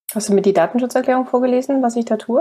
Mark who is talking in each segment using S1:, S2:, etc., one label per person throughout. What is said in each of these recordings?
S1: Hast du mir die Datenschutzerklärung vorgelesen, was ich da tue?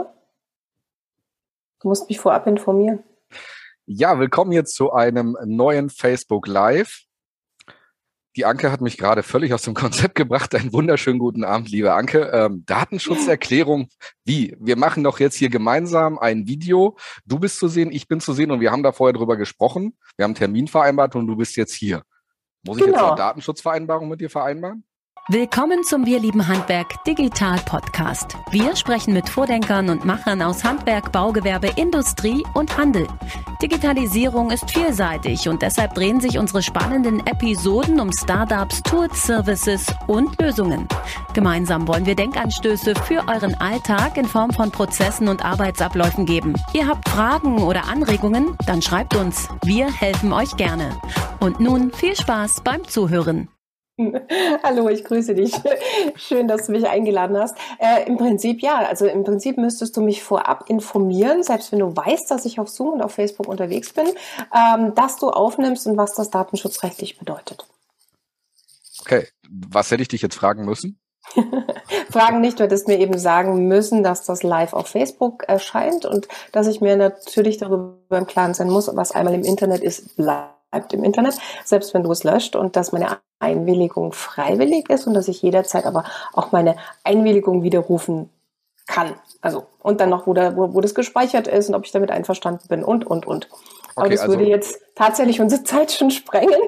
S1: Du musst mich vorab informieren.
S2: Ja, willkommen jetzt zu einem neuen Facebook Live. Die Anke hat mich gerade völlig aus dem Konzept gebracht. Einen wunderschönen guten Abend, liebe Anke. Datenschutzerklärung, wie? Wir machen doch jetzt hier gemeinsam ein Video. Du bist zu sehen, ich bin zu sehen und wir haben da vorher drüber gesprochen. Wir haben einen Termin vereinbart und du bist jetzt hier. Muss ich jetzt eine Datenschutzvereinbarung mit dir vereinbaren?
S3: Willkommen zum Wir lieben Handwerk Digital Podcast. Wir sprechen mit Vordenkern und Machern aus Handwerk, Baugewerbe, Industrie und Handel. Digitalisierung ist vielseitig und deshalb drehen sich unsere spannenden Episoden um Startups, Tools, Services und Lösungen. Gemeinsam wollen wir Denkanstöße für euren Alltag in Form von Prozessen und Arbeitsabläufen geben. Ihr habt Fragen oder Anregungen? Dann schreibt uns. Wir helfen euch gerne. Und nun viel Spaß beim Zuhören.
S1: Hallo, ich grüße dich. Schön, dass du mich eingeladen hast. Im Prinzip ja, also im Prinzip müsstest du mich vorab informieren, selbst wenn du weißt, dass ich auf Zoom und auf Facebook unterwegs bin, dass du aufnimmst und was das datenschutzrechtlich bedeutet.
S2: Okay, was hätte ich dich jetzt fragen müssen?
S1: Fragen nicht, du hättest mir eben sagen müssen, dass das live auf Facebook erscheint und dass ich mir natürlich darüber im Klaren sein muss, was einmal im Internet ist, bleibt im Internet, selbst wenn du es löscht, und dass meine Einwilligung freiwillig ist und dass ich jederzeit aber auch meine Einwilligung widerrufen kann. Also, und dann noch, wo das gespeichert ist und ob ich damit einverstanden bin und. Aber okay, das würde jetzt tatsächlich unsere Zeit schon sprengen.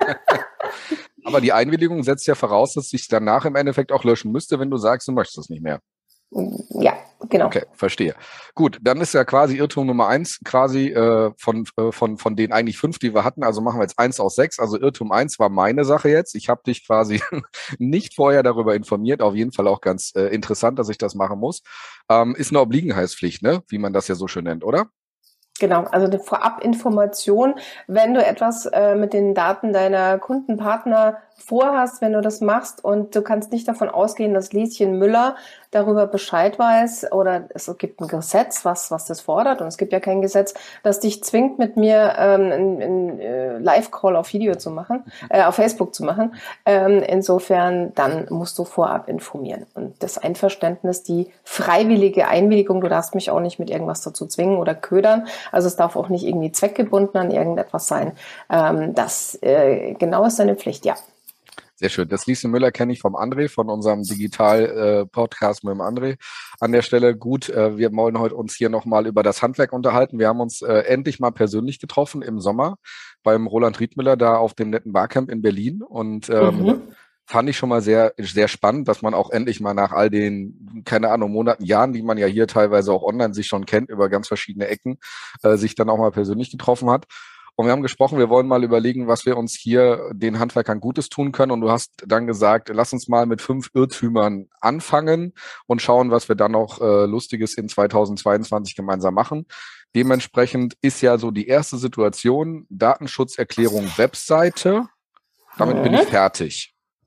S2: Aber die Einwilligung setzt ja voraus, dass ich danach im Endeffekt auch löschen müsste, wenn du sagst, du möchtest es nicht mehr.
S1: Ja, genau.
S2: Okay, verstehe. Gut, dann ist ja quasi Irrtum Nummer 1 quasi von den eigentlich 5, die wir hatten. Also machen wir jetzt 1 aus 6. Also Irrtum 1 war meine Sache jetzt. Ich habe dich quasi nicht vorher darüber informiert. Auf jeden Fall auch ganz interessant, dass ich das machen muss. Ist eine Obliegenheitspflicht, ne? Wie man das ja so schön nennt, oder?
S1: Genau, also eine Vorabinformation, wenn du etwas mit den Daten deiner Kundenpartner vorhast, wenn du das machst und du kannst nicht davon ausgehen, dass Lieschen Müller darüber Bescheid weiß, oder es gibt ein Gesetz, was das fordert, und es gibt ja kein Gesetz, das dich zwingt, mit mir einen Live-Call auf Video zu machen, auf Facebook zu machen. Insofern, dann musst du vorab informieren. Und das Einverständnis, die freiwillige Einwilligung, du darfst mich auch nicht mit irgendwas dazu zwingen oder ködern, also es darf auch nicht irgendwie zweckgebunden an irgendetwas sein. Das genau ist deine Pflicht, ja.
S2: Sehr schön. Das Lieschen Müller kenne ich vom André, von unserem Digital-Podcast mit dem André. An der Stelle gut, wir wollen heute uns hier nochmal über das Handwerk unterhalten. Wir haben uns endlich mal persönlich getroffen im Sommer beim Roland Riedmüller da auf dem netten Barcamp in Berlin. Und fand ich schon mal sehr, sehr spannend, dass man auch endlich mal nach all den, keine Ahnung, Monaten, Jahren, die man ja hier teilweise auch online sich schon kennt, über ganz verschiedene Ecken, sich dann auch mal persönlich getroffen hat. Und wir haben gesprochen, wir wollen mal überlegen, was wir uns hier den Handwerkern Gutes tun können. Und du hast dann gesagt, lass uns mal mit 5 Irrtümern anfangen und schauen, was wir dann noch Lustiges in 2022 gemeinsam machen. Dementsprechend ist ja so die erste Situation, Datenschutzerklärung Webseite. Damit bin ich fertig.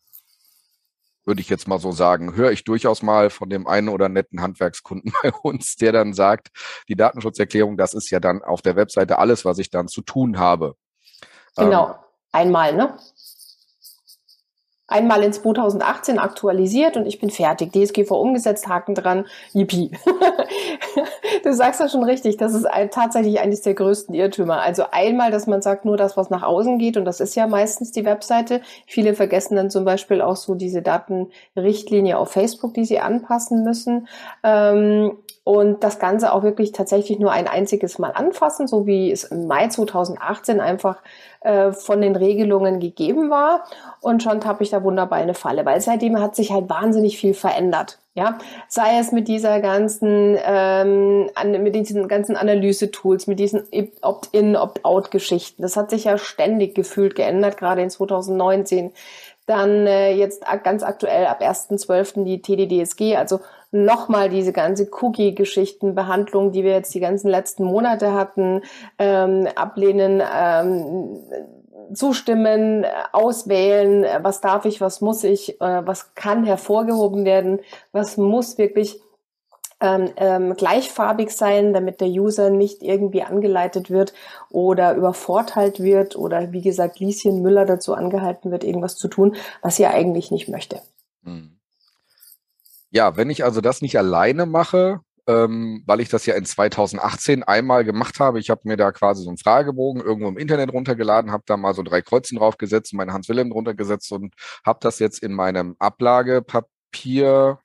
S2: Würde ich jetzt mal so sagen, höre ich durchaus mal von dem einen oder netten Handwerkskunden bei uns, der dann sagt, die Datenschutzerklärung, das ist ja dann auf der Webseite alles, was ich dann zu tun habe.
S1: Genau, einmal, ne? Einmal in 2018 aktualisiert und ich bin fertig. DSGVO umgesetzt, Haken dran, yippie. Du sagst ja schon richtig, das ist tatsächlich eines der größten Irrtümer. Also einmal, dass man sagt, nur das, was nach außen geht, und das ist ja meistens die Webseite. Viele vergessen dann zum Beispiel auch so diese Datenrichtlinie auf Facebook, die sie anpassen müssen. Und das Ganze auch wirklich tatsächlich nur ein einziges Mal anfassen, so wie es im Mai 2018 einfach von den Regelungen gegeben war. Und schon tappe ich da wunderbar in eine Falle, weil seitdem hat sich halt wahnsinnig viel verändert. Ja, sei es mit dieser ganzen, mit diesen ganzen Analyse-Tools, mit diesen Opt-in, Opt-out-Geschichten. Das hat sich ja ständig gefühlt geändert, gerade in 2019. Dann jetzt ganz aktuell ab 1.12. die TDDSG, also nochmal diese ganze Cookie-Geschichten-Behandlung, die wir jetzt die ganzen letzten Monate hatten, ablehnen, zustimmen, auswählen, was darf ich, was muss ich, was kann hervorgehoben werden, was muss wirklich gleichfarbig sein, damit der User nicht irgendwie angeleitet wird oder übervorteilt wird oder wie gesagt Lieschen Müller dazu angehalten wird, irgendwas zu tun, was sie eigentlich nicht möchte.
S2: Ja, wenn ich also das nicht alleine mache, weil ich das ja in 2018 einmal gemacht habe. Ich habe mir da quasi so einen Fragebogen irgendwo im Internet runtergeladen, habe da mal so 3 Kreuzen draufgesetzt, meinen Hans-Wilhelm drunter gesetzt und habe das jetzt in meinem Ablagepapierkorb,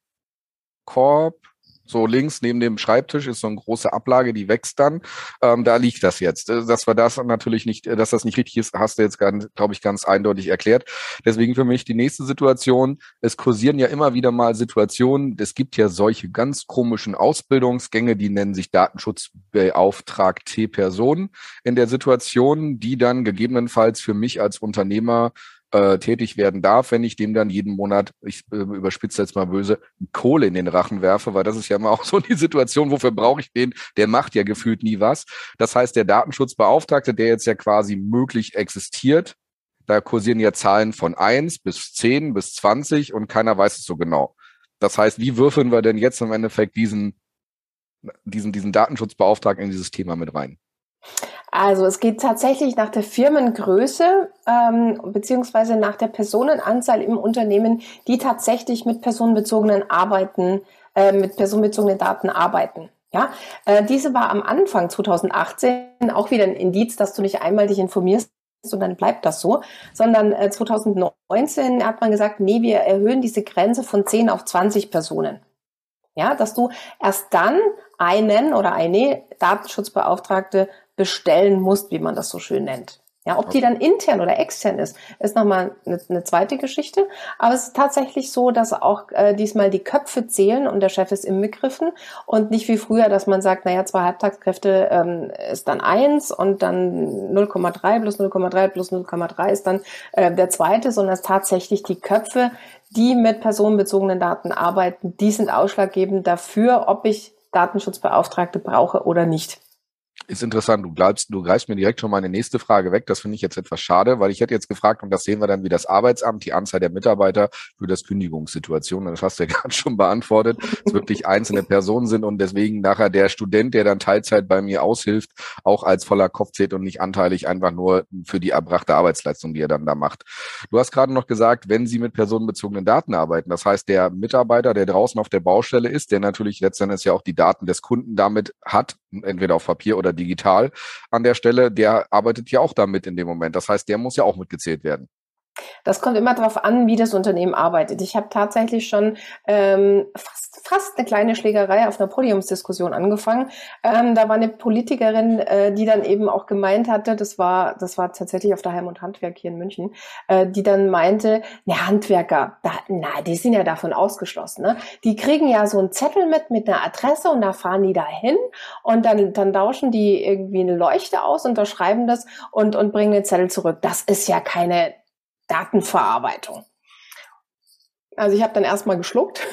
S2: so links neben dem Schreibtisch ist so eine große Ablage, die wächst dann. Da liegt das jetzt. Dass wir das natürlich nicht, dass das nicht richtig ist, hast du jetzt, glaube ich, ganz eindeutig erklärt. Deswegen für mich die nächste Situation. Es kursieren ja immer wieder mal Situationen. Es gibt ja solche ganz komischen Ausbildungsgänge, die nennen sich Datenschutzbeauftragte Personen in der Situation, die dann gegebenenfalls für mich als Unternehmer tätig werden darf, wenn ich dem dann jeden Monat, ich überspitze jetzt mal böse, Kohle in den Rachen werfe, weil das ist ja immer auch so die Situation, wofür brauche ich den? Der macht ja gefühlt nie was. Das heißt, der Datenschutzbeauftragte, der jetzt ja quasi möglich existiert, da kursieren ja Zahlen von 1 bis 10 bis 20 und keiner weiß es so genau. Das heißt, wie würfeln wir denn jetzt im Endeffekt diesen Datenschutzbeauftragten in dieses Thema mit rein?
S1: Also es geht tatsächlich nach der Firmengröße beziehungsweise nach der Personenanzahl im Unternehmen, die tatsächlich mit personenbezogenen Daten arbeiten. Ja, diese war am Anfang 2018 auch wieder ein Indiz, dass du nicht einmal dich informierst und dann bleibt das so, sondern 2019 hat man gesagt, nee, wir erhöhen diese Grenze von 10 auf 20 Personen. Ja, dass du erst dann einen oder eine Datenschutzbeauftragte bestellen musst, wie man das so schön nennt. Ja, ob die dann intern oder extern ist nochmal eine zweite Geschichte. Aber es ist tatsächlich so, dass auch diesmal die Köpfe zählen und der Chef ist inbegriffen und nicht wie früher, dass man sagt, naja, 2 Halbtagskräfte ist dann 1 und dann 0,3 plus 0,3 plus 0,3 ist dann der zweite, sondern es ist tatsächlich die Köpfe, die mit personenbezogenen Daten arbeiten, die sind ausschlaggebend dafür, ob ich Datenschutzbeauftragte brauche oder nicht.
S2: Ist interessant, du greifst mir direkt schon meine nächste Frage weg. Das finde ich jetzt etwas schade, weil ich hätte jetzt gefragt, und das sehen wir dann wie das Arbeitsamt, die Anzahl der Mitarbeiter für das Kündigungssituation. Das hast du ja gerade schon beantwortet, es wirklich einzelne Personen sind und deswegen nachher der Student, der dann Teilzeit bei mir aushilft, auch als voller Kopf zählt und nicht anteilig einfach nur für die erbrachte Arbeitsleistung, die er dann da macht. Du hast gerade noch gesagt, wenn Sie mit personenbezogenen Daten arbeiten, das heißt, der Mitarbeiter, der draußen auf der Baustelle ist, der natürlich letztendlich ja auch die Daten des Kunden damit hat, entweder auf Papier oder digital an der Stelle, der arbeitet ja auch damit in dem Moment. Das heißt, der muss ja auch mitgezählt werden.
S1: Das kommt immer darauf an, wie das Unternehmen arbeitet. Ich habe tatsächlich schon fast eine kleine Schlägerei auf einer Podiumsdiskussion angefangen. Da war eine Politikerin, die dann eben auch gemeint hatte, das war tatsächlich auf der Heim und Handwerk hier in München, die dann meinte, ne, Handwerker, die sind ja davon ausgeschlossen. Ne? Die kriegen ja so einen Zettel mit einer Adresse und da fahren die da hin und dann tauschen die irgendwie eine Leuchte aus, unterschreiben das und bringen den Zettel zurück. Das ist ja keine Datenverarbeitung. Also ich habe dann erstmal geschluckt,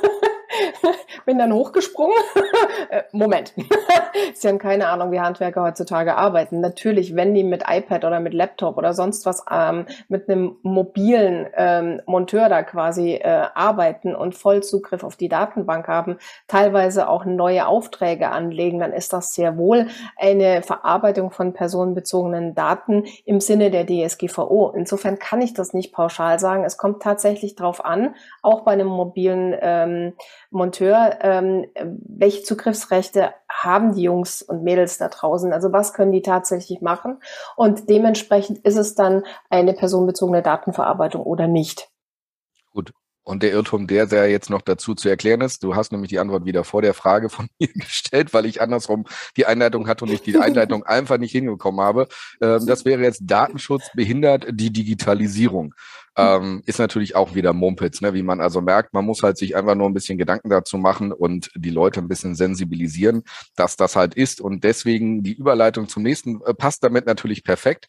S1: bin dann hochgesprungen. Moment, Sie haben keine Ahnung, wie Handwerker heutzutage arbeiten. Natürlich, wenn die mit iPad oder mit Laptop oder sonst was mit einem mobilen Monteur da quasi arbeiten und Vollzugriff auf die Datenbank haben, teilweise auch neue Aufträge anlegen, dann ist das sehr wohl eine Verarbeitung von personenbezogenen Daten im Sinne der DSGVO. Insofern kann ich das nicht pauschal sagen. Es kommt tatsächlich drauf an, auch bei einem mobilen Monteur, welche Zugriffsrechte haben die Jungs und Mädels da draußen? Also was können die tatsächlich machen? Und dementsprechend ist es dann eine personenbezogene Datenverarbeitung oder nicht.
S2: Gut. Und der Irrtum, der jetzt noch dazu zu erklären ist, du hast nämlich die Antwort wieder vor der Frage von mir gestellt, weil ich andersrum die Einleitung hatte und ich die Einleitung einfach nicht hingekommen habe. Das wäre jetzt Datenschutz behindert die Digitalisierung. Ist natürlich auch wieder Mumpitz, ne? Wie man also merkt, man muss halt sich einfach nur ein bisschen Gedanken dazu machen und die Leute ein bisschen sensibilisieren, dass das halt ist. Und deswegen die Überleitung zum nächsten passt damit natürlich perfekt.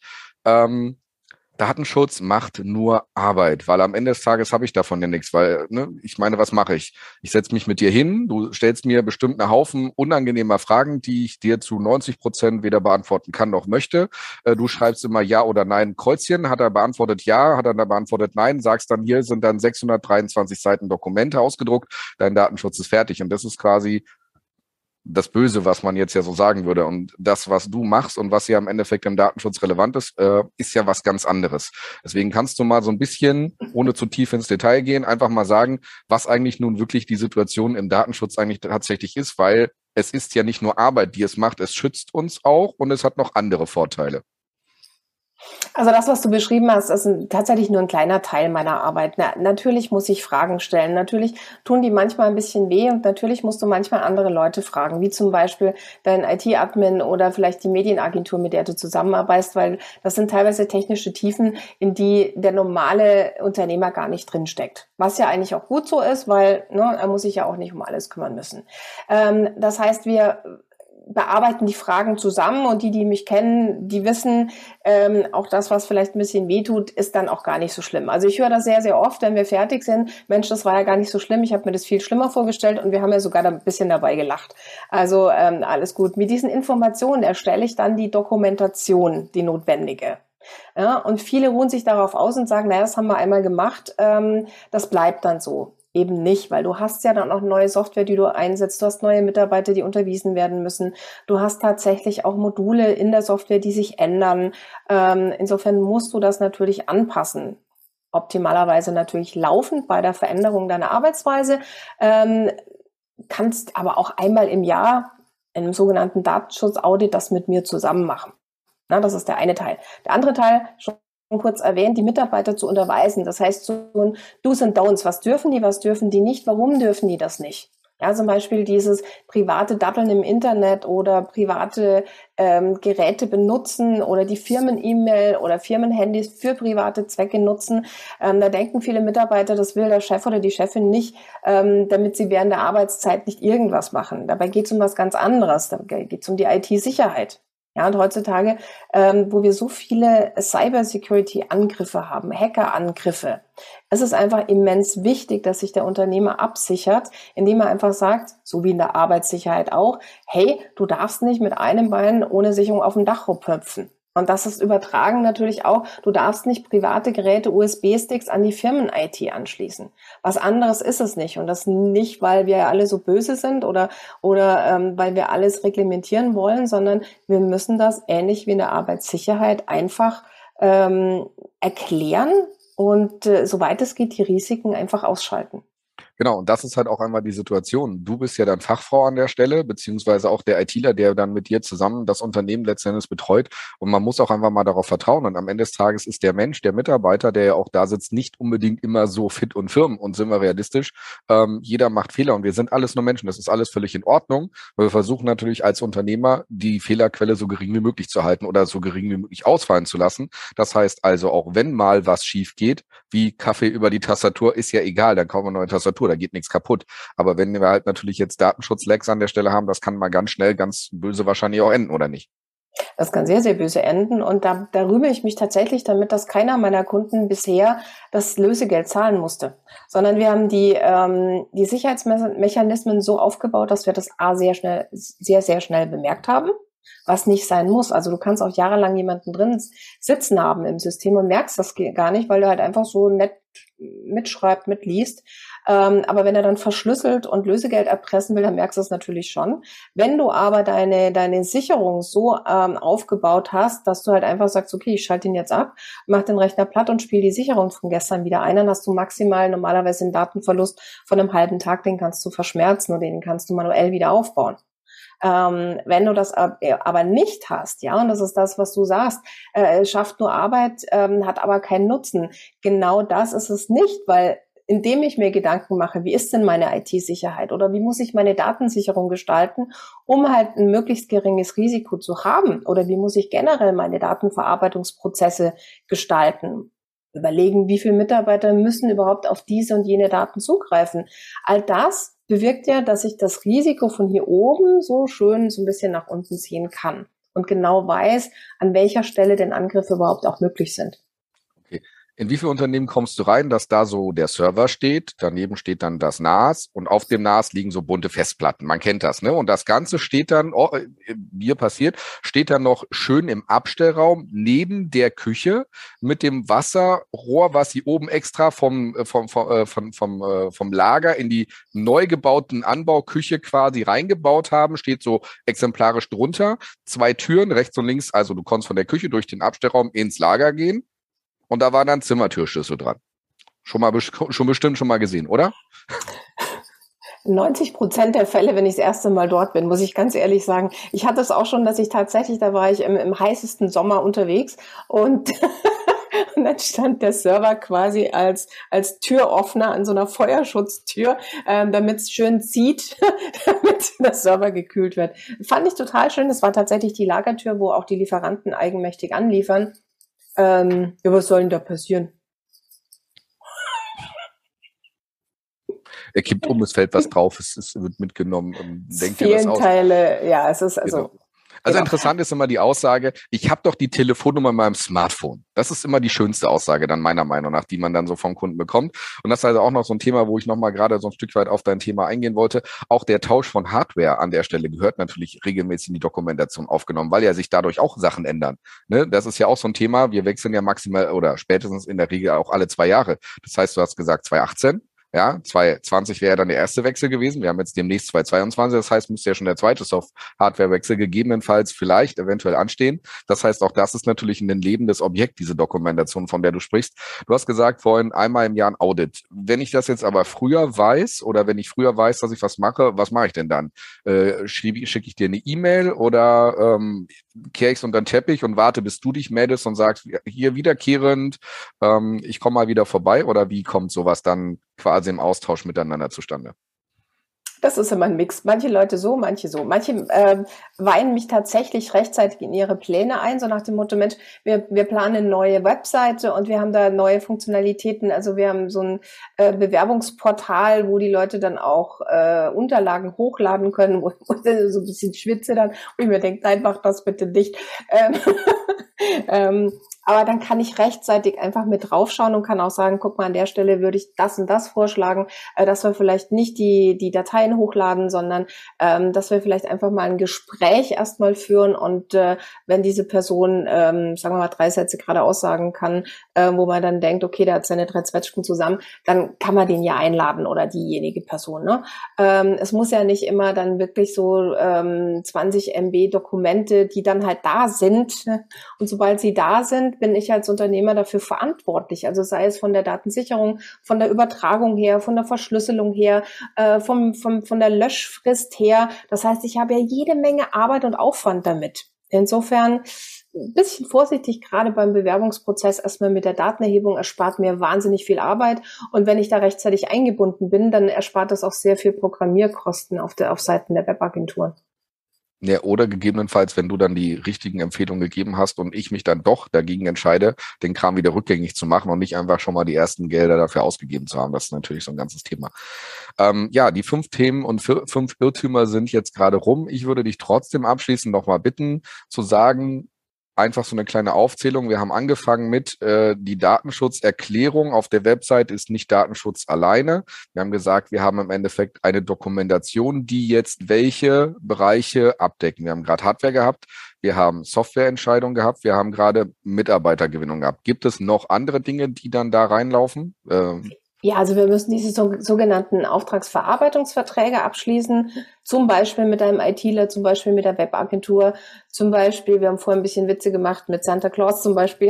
S2: Datenschutz macht nur Arbeit, weil am Ende des Tages habe ich davon ja nichts, weil, ne, ich meine, was mache ich? Ich setze mich mit dir hin, du stellst mir bestimmt einen Haufen unangenehmer Fragen, die ich dir zu 90% weder beantworten kann noch möchte. Du schreibst immer Ja oder Nein, Kreuzchen, hat er beantwortet Ja, hat er da beantwortet Nein, sagst dann, hier sind dann 623 Seiten Dokumente ausgedruckt, dein Datenschutz ist fertig und das ist quasi das Böse, was man jetzt ja so sagen würde. Und das, was du machst und was ja im Endeffekt im Datenschutz relevant ist, ist ja was ganz anderes. Deswegen kannst du mal so ein bisschen, ohne zu tief ins Detail gehen, einfach mal sagen, was eigentlich nun wirklich die Situation im Datenschutz eigentlich tatsächlich ist, weil es ist ja nicht nur Arbeit, die es macht, es schützt uns auch und es hat noch andere Vorteile.
S1: Also das, was du beschrieben hast, ist tatsächlich nur ein kleiner Teil meiner Arbeit. Natürlich muss ich Fragen stellen. Natürlich tun die manchmal ein bisschen weh und natürlich musst du manchmal andere Leute fragen, wie zum Beispiel dein IT-Admin oder vielleicht die Medienagentur, mit der du zusammenarbeitest, weil das sind teilweise technische Tiefen, in die der normale Unternehmer gar nicht drinsteckt. Was ja eigentlich auch gut so ist, weil er muss sich ja auch nicht um alles kümmern müssen. Das heißt, wir bearbeiten die Fragen zusammen und die mich kennen, die wissen, auch das, was vielleicht ein bisschen wehtut, ist dann auch gar nicht so schlimm. Also ich höre das sehr, sehr oft, wenn wir fertig sind, Mensch, das war ja gar nicht so schlimm, ich habe mir das viel schlimmer vorgestellt und wir haben ja sogar da ein bisschen dabei gelacht. Also alles gut. Mit diesen Informationen erstelle ich dann die Dokumentation, die notwendige. Ja, und viele ruhen sich darauf aus und sagen, naja, das haben wir einmal gemacht, das bleibt dann so. Eben nicht, weil du hast ja dann auch neue Software, die du einsetzt, du hast neue Mitarbeiter, die unterwiesen werden müssen, du hast tatsächlich auch Module in der Software, die sich ändern. Insofern musst du das natürlich anpassen. Optimalerweise natürlich laufend bei der Veränderung deiner Arbeitsweise, kannst aber auch einmal im Jahr in einem sogenannten Datenschutzaudit das mit mir zusammen machen. Na, das ist der eine Teil. Der andere Teil, schon kurz erwähnt, die Mitarbeiter zu unterweisen. Das heißt, so ein Do's and Don'ts. Was dürfen die nicht? Warum dürfen die das nicht? Ja, zum Beispiel dieses private Datteln im Internet oder private Geräte benutzen oder die Firmen-E-Mail oder Firmenhandys für private Zwecke nutzen. Da denken viele Mitarbeiter, das will der Chef oder die Chefin nicht, damit sie während der Arbeitszeit nicht irgendwas machen. Dabei geht es um was ganz anderes. Da geht es um die IT-Sicherheit. Ja, und heutzutage, wo wir so viele Cybersecurity-Angriffe haben, Hacker-Angriffe, es ist einfach immens wichtig, dass sich der Unternehmer absichert, indem er einfach sagt, so wie in der Arbeitssicherheit auch, hey, du darfst nicht mit einem Bein ohne Sicherung auf dem Dach rumhüpfen. Und das ist übertragen natürlich auch, du darfst nicht private Geräte, USB-Sticks an die Firmen-IT anschließen. Was anderes ist es nicht. Und das nicht, weil wir alle so böse sind oder weil wir alles reglementieren wollen, sondern wir müssen das ähnlich wie in der Arbeitssicherheit einfach erklären und soweit es geht, die Risiken einfach ausschalten.
S2: Genau, und das ist halt auch einmal die Situation. Du bist ja dann Fachfrau an der Stelle, beziehungsweise auch der ITler, der dann mit dir zusammen das Unternehmen letztendlich betreut. Und man muss auch einfach mal darauf vertrauen. Und am Ende des Tages ist der Mensch, der Mitarbeiter, der ja auch da sitzt, nicht unbedingt immer so fit und firm. Und sind wir realistisch, jeder macht Fehler und wir sind alles nur Menschen. Das ist alles völlig in Ordnung. Aber wir versuchen natürlich als Unternehmer, die Fehlerquelle so gering wie möglich zu halten oder so gering wie möglich ausfallen zu lassen. Das heißt also, auch wenn mal was schief geht, wie Kaffee über die Tastatur, ist ja egal, dann kaufen wir eine neue Tastatur, da geht nichts kaputt. Aber wenn wir halt natürlich jetzt Datenschutz-Lecks an der Stelle haben, das kann mal ganz schnell, ganz böse wahrscheinlich auch enden, oder nicht?
S1: Das kann sehr, sehr böse enden und da rühme ich mich tatsächlich damit, dass keiner meiner Kunden bisher das Lösegeld zahlen musste, sondern wir haben die Sicherheitsmechanismen so aufgebaut, dass wir das sehr, sehr schnell bemerkt haben, was nicht sein muss. Also du kannst auch jahrelang jemanden drin sitzen haben im System und merkst das gar nicht, weil du halt einfach so nett mitschreibt, mitliest. Aber wenn er dann verschlüsselt und Lösegeld erpressen will, dann merkst du es natürlich schon. Wenn du aber deine Sicherung so aufgebaut hast, dass du halt einfach sagst, okay, ich schalte ihn jetzt ab, mach den Rechner platt und spiele die Sicherung von gestern wieder ein, dann hast du maximal normalerweise einen Datenverlust von einem halben Tag, den kannst du verschmerzen oder den kannst du manuell wieder aufbauen. Wenn du das aber nicht hast, ja, und das ist das, was du sagst, schafft nur Arbeit, hat aber keinen Nutzen. Genau das ist es nicht, weil indem ich mir Gedanken mache, wie ist denn meine IT-Sicherheit oder wie muss ich meine Datensicherung gestalten, um halt ein möglichst geringes Risiko zu haben oder wie muss ich generell meine Datenverarbeitungsprozesse gestalten, überlegen, wie viele Mitarbeiter müssen überhaupt auf diese und jene Daten zugreifen. All das bewirkt ja, dass ich das Risiko von hier oben so schön so ein bisschen nach unten ziehen kann und genau weiß, an welcher Stelle denn Angriffe überhaupt auch möglich sind.
S2: Okay. In wie viele Unternehmen kommst du rein, dass da so der Server steht, daneben steht dann das NAS und auf dem NAS liegen so bunte Festplatten. Man kennt das, ne? Und das Ganze steht dann, mir passiert, steht dann noch schön im Abstellraum neben der Küche mit dem Wasserrohr, was sie oben extra vom Lager in die neu gebauten Anbauküche quasi reingebaut haben, steht so exemplarisch drunter. 2 Türen, rechts und links, also du konntest von der Küche durch den Abstellraum ins Lager gehen. Und da war dann Zimmertürschlüssel dran. Bestimmt schon mal gesehen, oder?
S1: 90% der Fälle, wenn ich das erste Mal dort bin, muss ich ganz ehrlich sagen. Ich hatte es auch schon, dass ich tatsächlich, da war ich im heißesten Sommer unterwegs und und dann stand der Server quasi als Türöffner an so einer Feuerschutztür, damit es schön zieht, damit der Server gekühlt wird. Fand ich total schön. Das war tatsächlich die Lagertür, wo auch die Lieferanten eigenmächtig anliefern. Ja, was soll denn da passieren?
S2: Er kippt um, es fällt was drauf, es wird mitgenommen.
S1: Denkt ihr das aus? Teile, ja, es ist also...
S2: Genau. Also interessant ist immer die Aussage, ich habe doch die Telefonnummer in meinem Smartphone. Das ist immer die schönste Aussage dann meiner Meinung nach, die man dann so vom Kunden bekommt. Und das ist also auch noch so ein Thema, wo ich nochmal gerade so ein Stück weit auf dein Thema eingehen wollte. Auch der Tausch von Hardware an der Stelle gehört natürlich regelmäßig in die Dokumentation aufgenommen, weil ja sich dadurch auch Sachen ändern. Ne? Das ist ja auch so ein Thema, wir wechseln ja maximal oder spätestens in der Regel auch alle 2 Jahre. Das heißt, du hast gesagt 2018. Ja, 2020 wäre ja dann der erste Wechsel gewesen. Wir haben jetzt demnächst 2022. Das heißt, müsste ja schon der zweite Soft-Hardware-Wechsel gegebenenfalls vielleicht eventuell anstehen. Das heißt, auch das ist natürlich ein lebendes Objekt, diese Dokumentation, von der du sprichst. Du hast gesagt vorhin, einmal im Jahr ein Audit. Wenn ich das jetzt aber früher weiß oder wenn ich früher weiß, dass ich was mache ich denn dann? Schicke ich dir eine E-Mail oder kehre ich es unter den Teppich und warte, bis du dich meldest und sagst, hier wiederkehrend, ich komme mal wieder vorbei, oder wie kommt sowas dann quasi im Austausch miteinander zustande?
S1: Das ist immer ein Mix. Manche Leute so, manche so. Manche weihen mich tatsächlich rechtzeitig in ihre Pläne ein, so nach dem Motto, Mensch, wir planen eine neue Webseite und wir haben da neue Funktionalitäten. Also wir haben so ein Bewerbungsportal, wo die Leute dann auch Unterlagen hochladen können, wo ich so ein bisschen schwitze dann, wo ich mir denke, nein, mach das bitte nicht. Aber dann kann ich rechtzeitig einfach mit draufschauen und kann auch sagen, guck mal, an der Stelle würde ich das und das vorschlagen, dass wir vielleicht nicht die Dateien hochladen, sondern dass wir vielleicht einfach mal ein Gespräch erstmal führen und wenn diese Person, sagen wir mal, 3 Sätze gerade aussagen kann, wo man dann denkt, okay, der hat seine 3 Zwetschgen zusammen, dann kann man den ja einladen oder diejenige Person. Ne? Es muss ja nicht immer dann wirklich so 20 MB Dokumente, die dann halt da sind, und sobald sie da sind, bin ich als Unternehmer dafür verantwortlich. Also sei es von der Datensicherung, von der Übertragung her, von der Verschlüsselung her, von der Löschfrist her. Das heißt, ich habe ja jede Menge Arbeit und Aufwand damit. Insofern ein bisschen vorsichtig, gerade beim Bewerbungsprozess erstmal mit der Datenerhebung, erspart mir wahnsinnig viel Arbeit. Und wenn ich da rechtzeitig eingebunden bin, dann erspart das auch sehr viel Programmierkosten auf Seiten der Webagenturen.
S2: Ja, oder gegebenenfalls, wenn du dann die richtigen Empfehlungen gegeben hast und ich mich dann doch dagegen entscheide, den Kram wieder rückgängig zu machen und nicht einfach schon mal die ersten Gelder dafür ausgegeben zu haben. Das ist natürlich so ein ganzes Thema. Ja, die 5 Themen und 5 Irrtümer sind jetzt gerade rum. Ich würde dich trotzdem abschließend nochmal bitten, zu sagen, einfach so eine kleine Aufzählung. Wir haben angefangen mit die Datenschutzerklärung auf der Website ist nicht Datenschutz alleine. Wir haben gesagt, wir haben im Endeffekt eine Dokumentation, die jetzt welche Bereiche abdecken. Wir haben gerade Hardware gehabt, wir haben Softwareentscheidungen gehabt, wir haben gerade Mitarbeitergewinnung gehabt. Gibt es noch andere Dinge, die dann da reinlaufen?
S1: Ja, also wir müssen diese sogenannten Auftragsverarbeitungsverträge abschließen, zum Beispiel mit einem ITler, zum Beispiel mit der Webagentur, zum Beispiel, wir haben vorhin ein bisschen Witze gemacht mit Santa Claus zum Beispiel.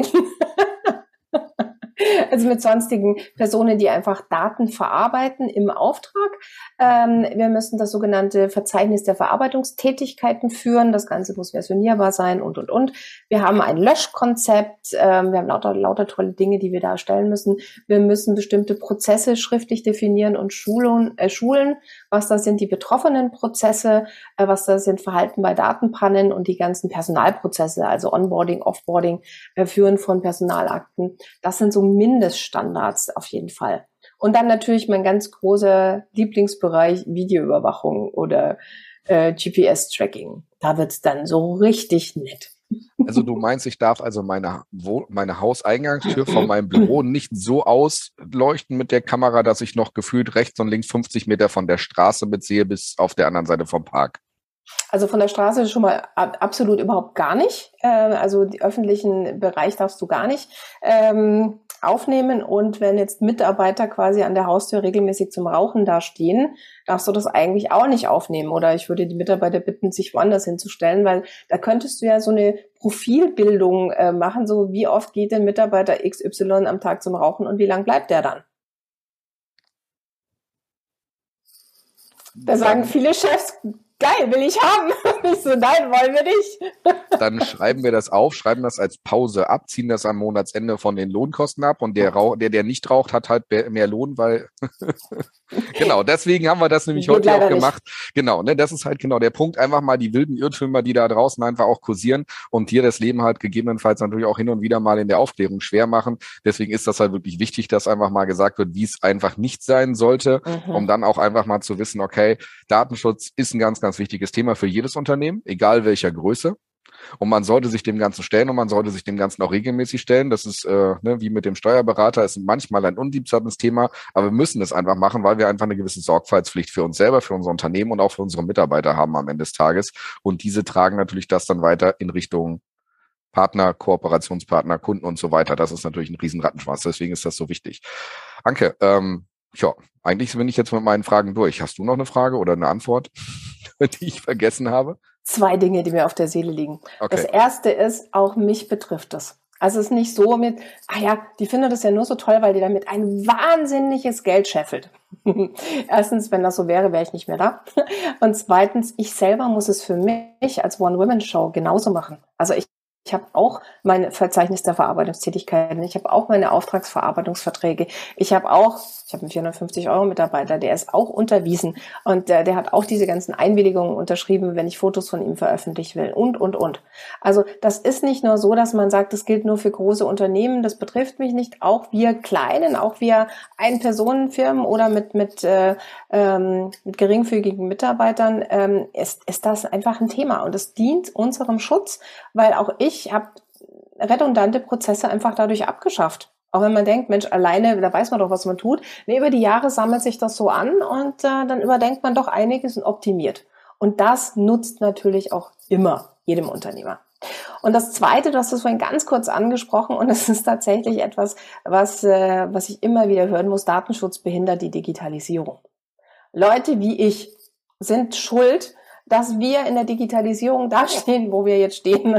S1: Also mit sonstigen Personen, die einfach Daten verarbeiten im Auftrag. Wir müssen das sogenannte Verzeichnis der Verarbeitungstätigkeiten führen. Das Ganze muss versionierbar sein und. Wir haben ein Löschkonzept. Wir haben lauter tolle Dinge, die wir da erstellen müssen. Wir müssen bestimmte Prozesse schriftlich definieren und schulen, was das sind die betroffenen Prozesse, was das sind Verhalten bei Datenpannen und die ganzen Personalprozesse, also Onboarding, Offboarding, Führen von Personalakten. Das sind so Mindeststandards auf jeden Fall. Und dann natürlich mein ganz großer Lieblingsbereich Videoüberwachung oder GPS-Tracking. Da wird's dann so richtig nett.
S2: Also du meinst, ich darf also meine Hauseingangstür von meinem Büro nicht so ausleuchten mit der Kamera, dass ich noch gefühlt rechts und links 50 Meter von der Straße mitsehe bis auf der anderen Seite vom Park?
S1: Also von der Straße schon mal absolut überhaupt gar nicht. Also den öffentlichen Bereich darfst du gar nicht aufnehmen. Und wenn jetzt Mitarbeiter quasi an der Haustür regelmäßig zum Rauchen da stehen, darfst du das eigentlich auch nicht aufnehmen. Oder ich würde die Mitarbeiter bitten, sich woanders hinzustellen, weil da könntest du ja so eine Profilbildung machen, so wie oft geht denn Mitarbeiter XY am Tag zum Rauchen und wie lang bleibt der dann? Da sagen viele Chefs, geil, will ich haben. Ich so, nein, wollen wir nicht.
S2: Dann schreiben wir das auf, schreiben das als Pause ab, ziehen das am Monatsende von den Lohnkosten ab und der nicht raucht, hat halt mehr Lohn, weil genau, deswegen haben wir das nämlich heute auch gemacht. Nicht. Genau, ne, das ist halt genau der Punkt. Einfach mal die wilden Irrtümer, die da draußen einfach auch kursieren und hier das Leben halt gegebenenfalls natürlich auch hin und wieder mal in der Aufklärung schwer machen. Deswegen ist das halt wirklich wichtig, dass einfach mal gesagt wird, wie es einfach nicht sein sollte, um dann auch einfach mal zu wissen, okay, Datenschutz ist ein ganz, ganz wichtiges Thema für jedes Unternehmen, egal welcher Größe. Und man sollte sich dem Ganzen stellen und man sollte sich dem Ganzen auch regelmäßig stellen. Das ist wie mit dem Steuerberater, ist manchmal ein unliebsames Thema, aber wir müssen es einfach machen, weil wir einfach eine gewisse Sorgfaltspflicht für uns selber, für unser Unternehmen und auch für unsere Mitarbeiter haben am Ende des Tages. Und diese tragen natürlich das dann weiter in Richtung Partner, Kooperationspartner, Kunden und so weiter. Das ist natürlich ein riesen Rattenschwanz, deswegen ist das so wichtig. Anke, eigentlich bin ich jetzt mit meinen Fragen durch. Hast du noch eine Frage oder eine Antwort, die ich vergessen habe?
S1: 2 Dinge, die mir auf der Seele liegen.
S2: Okay.
S1: Das erste ist, auch mich betrifft das. Also es ist nicht so mit, die findet das ja nur so toll, weil die damit ein wahnsinniges Geld scheffelt. Erstens, wenn das so wäre, wäre ich nicht mehr da. Und zweitens, ich selber muss es für mich als One-Woman-Show genauso machen. Also ich habe auch mein Verzeichnis der Verarbeitungstätigkeiten, ich habe auch meine Auftragsverarbeitungsverträge, ich habe einen 450 € Mitarbeiter, der ist auch unterwiesen und der hat auch diese ganzen Einwilligungen unterschrieben, wenn ich Fotos von ihm veröffentlichen will und. Also das ist nicht nur so, dass man sagt, das gilt nur für große Unternehmen, das betrifft mich nicht, auch wir Kleinen, auch wir Ein-Personen-Firmen oder mit geringfügigen Mitarbeitern ist das einfach ein Thema und es dient unserem Schutz, weil auch ich habe redundante Prozesse einfach dadurch abgeschafft. Auch wenn man denkt, Mensch, alleine, da weiß man doch, was man tut. Nee, über die Jahre sammelt sich das so an und dann überdenkt man doch einiges und optimiert. Und das nutzt natürlich auch immer jedem Unternehmer. Und das Zweite, du hast es vorhin ganz kurz angesprochen und es ist tatsächlich etwas, was ich immer wieder hören muss, Datenschutz behindert die Digitalisierung. Leute wie ich sind schuld, dass wir in der Digitalisierung dastehen, wo wir jetzt stehen.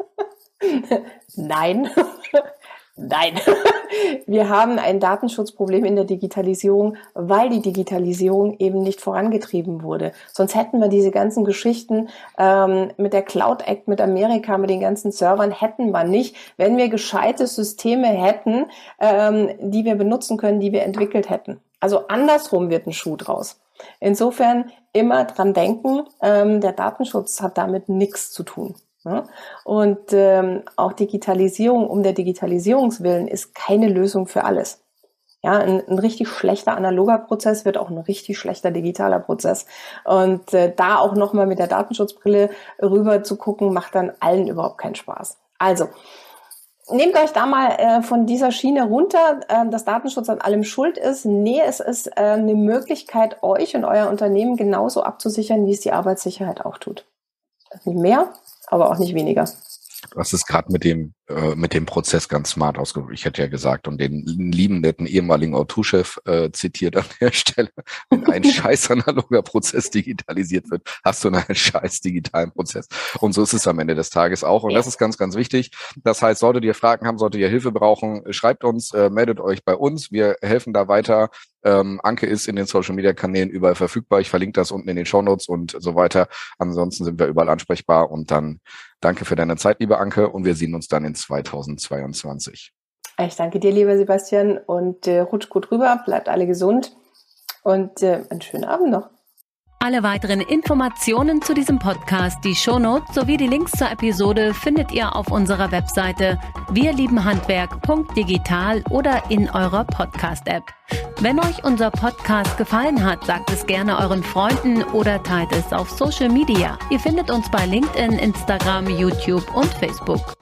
S1: Nein. Nein. Wir haben ein Datenschutzproblem in der Digitalisierung, weil die Digitalisierung eben nicht vorangetrieben wurde. Sonst hätten wir diese ganzen Geschichten mit der Cloud Act, mit Amerika, mit den ganzen Servern, hätten wir nicht, wenn wir gescheite Systeme hätten, die wir benutzen können, die wir entwickelt hätten. Also andersrum wird ein Schuh draus. Insofern immer dran denken, der Datenschutz hat damit nichts zu tun. Ja? Und auch Digitalisierung um der Digitalisierungswillen ist keine Lösung für alles. Ja, ein richtig schlechter analoger Prozess wird auch ein richtig schlechter digitaler Prozess. Und da auch nochmal mit der Datenschutzbrille rüber zu gucken, macht dann allen überhaupt keinen Spaß. Also, nehmt euch da mal von dieser Schiene runter, dass Datenschutz an allem schuld ist. Nee, es ist eine Möglichkeit, euch und euer Unternehmen genauso abzusichern, wie es die Arbeitssicherheit auch tut. Nicht mehr, aber auch nicht weniger.
S2: Du hast es gerade mit dem Prozess ganz smart ausgedrückt. Ich hätte ja gesagt, und den lieben, netten ehemaligen O2-Chef zitiert an der Stelle, wenn ein scheiß analoger Prozess digitalisiert wird, hast du einen scheiß digitalen Prozess. Und so ist es am Ende des Tages auch. Und das ist ganz, ganz wichtig. Das heißt, solltet ihr Fragen haben, solltet ihr Hilfe brauchen, schreibt uns, meldet euch bei uns. Wir helfen da weiter. Anke ist in den Social-Media-Kanälen überall verfügbar. Ich verlinke das unten in den Shownotes und so weiter. Ansonsten sind wir überall ansprechbar. Und dann danke für deine Zeit, liebe Anke. Und wir sehen uns dann in 2022.
S1: Ich danke dir, lieber Sebastian. Und rutscht gut rüber, bleibt alle gesund. Und einen schönen Abend noch.
S3: Alle weiteren Informationen zu diesem Podcast, die Shownotes sowie die Links zur Episode findet ihr auf unserer Webseite wirliebenhandwerk.digital oder in eurer Podcast-App. Wenn euch unser Podcast gefallen hat, sagt es gerne euren Freunden oder teilt es auf Social Media. Ihr findet uns bei LinkedIn, Instagram, YouTube und Facebook.